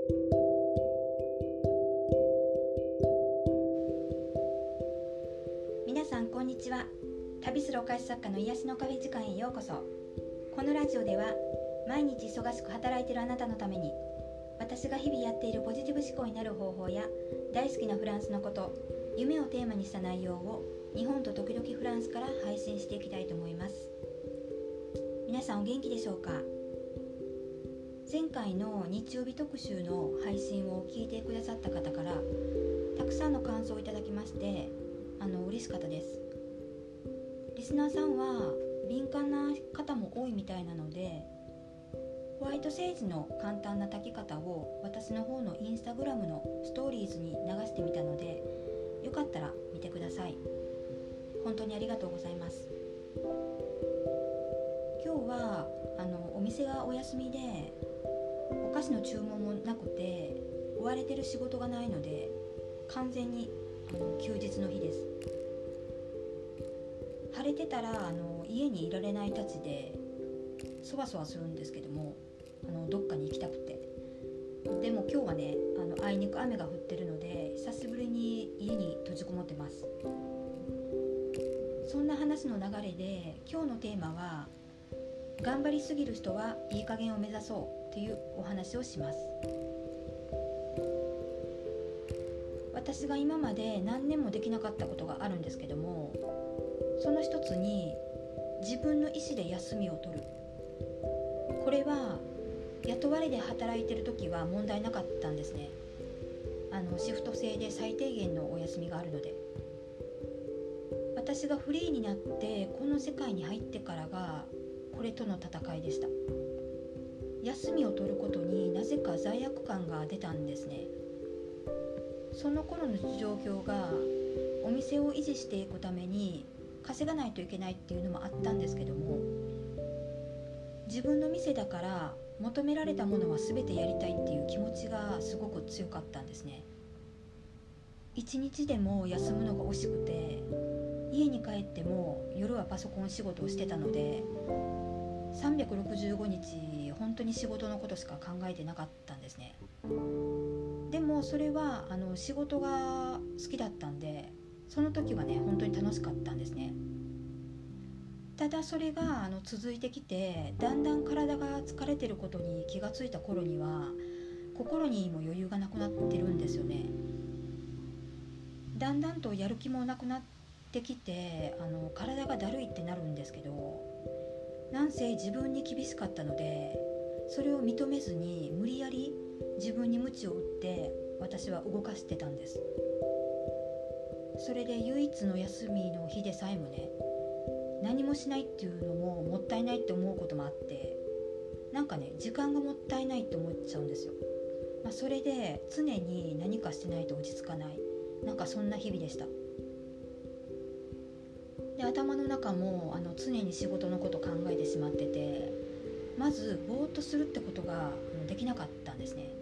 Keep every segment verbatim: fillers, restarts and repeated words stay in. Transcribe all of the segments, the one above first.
皆さんこんにちは。旅するお菓子作家の癒しのカフェ時間へようこそ。このラジオでは毎日忙しく働いているあなたのために、私が日々やっているポジティブ思考になる方法や大好きなフランスのこと、夢をテーマにした内容を日本と時々フランスから配信していきたいと思います。皆さんお元気でしょうか。前回の日曜日特集の配信を聞いてくださった方からたくさんの感想をいただきまして、あの嬉しかったです。リスナーさんは敏感な方も多いみたいなので、ホワイトセージの簡単な炊き方を私の方のインスタグラムのストーリーズに流してみたので、よかったら見てください。本当にありがとうございます。今日はあのお店がお休みでお菓子の注文もなくて追われてる仕事がないので、完全にあの休日の日です。晴れてたらあの家にいられないたちでそわそわするんですけども、あのどっかに行きたくて、でも今日はね、あのあいにく雨が降ってるので久しぶりに家に閉じこもってます。そんな話の流れで今日のテーマは、頑張りすぎる人はいい加減を目指そうというお話をします。私が今まで何年もできなかったことがあるんですけども、その一つに自分の意思で休みを取る。これは雇われで働いてる時は問題なかったんですね。あのシフト制で最低限のお休みがあるので。私がフリーになってこの世界に入ってからがこれとの戦いでした。休みを取ることになぜか罪悪感が出たんですね。その頃の状況がお店を維持していくために稼がないといけないっていうのもあったんですけども、自分の店だから求められたものは全てやりたいっていう気持ちがすごく強かったんですね。一日でも休むのが惜しくて、家に帰っても夜はパソコン仕事をしてたので、さんびゃくろくじゅうごにち本当に仕事のことしか考えてなかったんですね。でもそれはあの仕事が好きだったんで、その時はね本当に楽しかったんですね。ただそれがあの続いてきて、だんだん体が疲れてることに気がついた頃には心にも余裕がなくなってるんですよね。だんだんとやる気もなくなってきて、あの体がだるいってなるんですけど、なんせ自分に厳しかったので、それを認めずに無理やり自分に鞭を打って私は動かしてたんです。それで唯一の休みの日でさえもね、何もしないっていうのももったいないって思うこともあって、なんかね時間がもったいないって思っちゃうんですよ。まあ、それで常に何かしてないと落ち着かない、なんかそんな日々でした。で頭の中もあの常に仕事のこと考えてしまってて、まずぼーっとするってことができなかったんですね。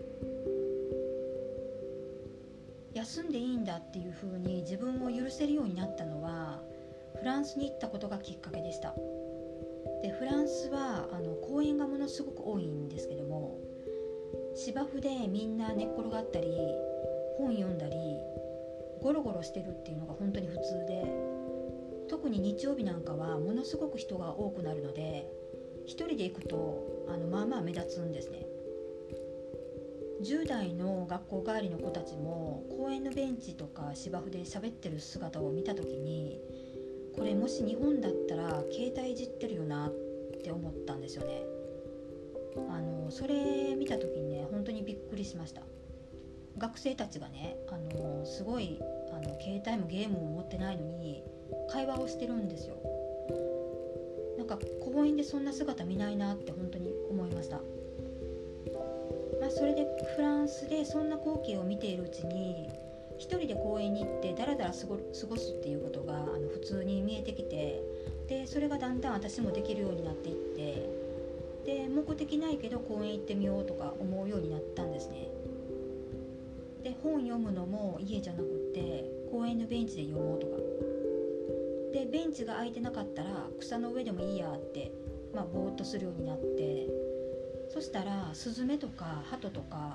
休んでいいんだっていう風に自分を許せるようになったのはフランスに行ったことがきっかけでした。でフランスはあの公園がものすごく多いんですけども、芝生でみんな寝っ転がったり本読んだりゴロゴロしてるっていうのが本当に普通で、特に日曜日なんかはものすごく人が多くなるので、一人で行くとあのまあまあ目立つんですね。じゅう代の学校帰りの子たちも公園のベンチとか芝生で喋ってる姿を見た時に、これもし日本だったら携帯いじってるよなって思ったんですよね。あのそれ見た時にね本当にびっくりしました。学生たちがねあのすごいあの携帯もゲームも持ってないのに会話をしてるんですよ。なんか公園でそんな姿見ないなって本当に思いました。まあ、それでフランスでそんな光景を見ているうちに、一人で公園に行ってダラダラ過ご、過ごすっていうことがあの普通に見えてきて、でそれがだんだん私もできるようになっていって、で目的ないけど公園行ってみようとか思うようになったんですね。で本読むのも家じゃなくって公園のベンチで読もうとかで、ベンチが空いてなかったら草の上でもいいやって、まあ、ぼーっとするようになって、そしたらスズメとかハトとか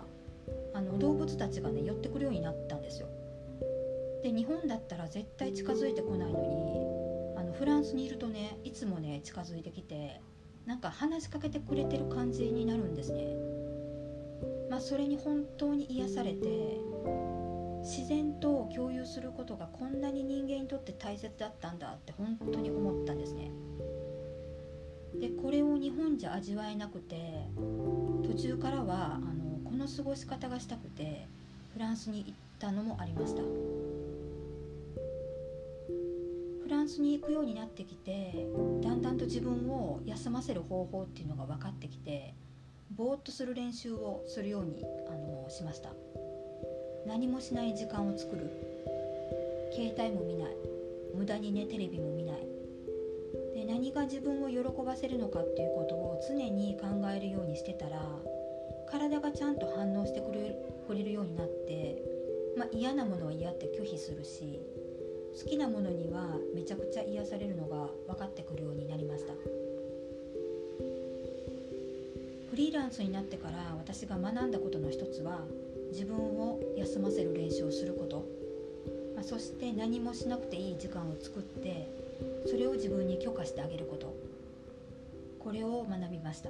あの動物たちがね寄ってくるようになったんですよ。で日本だったら絶対近づいてこないのに、あのフランスにいるとねいつもね近づいてきて、なんか話しかけてくれてる感じになるんですね。まあそれに本当に癒されて、自然と共有することがこんなに人間にとって大切だったんだって本当に思ったんですね。でこれを日本じゃ味わえなくて、途中からはあのこの過ごし方がしたくてフランスに行ったのもありました。フランスに行くようになってきて、だんだんと自分を休ませる方法っていうのが分かってきて、ぼーっとする練習をするようにあのしました。何もしない時間を作る、携帯も見ない、無駄にねテレビも見ないで、何が自分を喜ばせるのかっていうことを常に考えるようにしてたら、体がちゃんと反応してくれる、くれるようになって、まあ、嫌なものは嫌って拒否するし、好きなものにはめちゃくちゃ癒されるのが分かってくるようになりました。フリーランスになってから私が学んだことの一つは、自分を休ませる練習をすること、まあ、そして何もしなくていい時間を作って、それを自分に許可してあげること、これを学びました。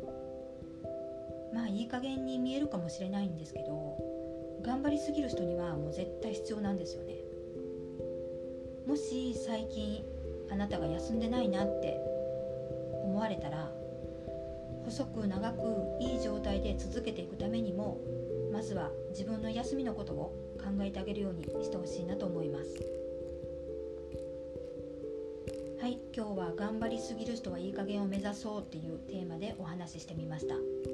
まあいい加減に見えるかもしれないんですけど、頑張りすぎる人にはもう絶対必要なんですよね。もし最近あなたが休んでないなって思われたら、細く長くいい状態で続けていくためにも、まずは自分の休みのことを考えてあげるようにしてほしいなと思います。はい、今日は頑張りすぎる人はいい加減を目指そうっていうテーマでお話ししてみました。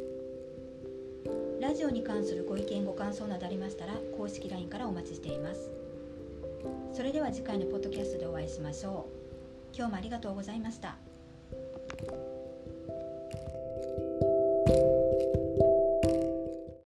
ラジオに関するご意見ご感想などありましたら、公式 ライン からお待ちしています。それでは次回のポッドキャストでお会いしましょう。今日もありがとうございました。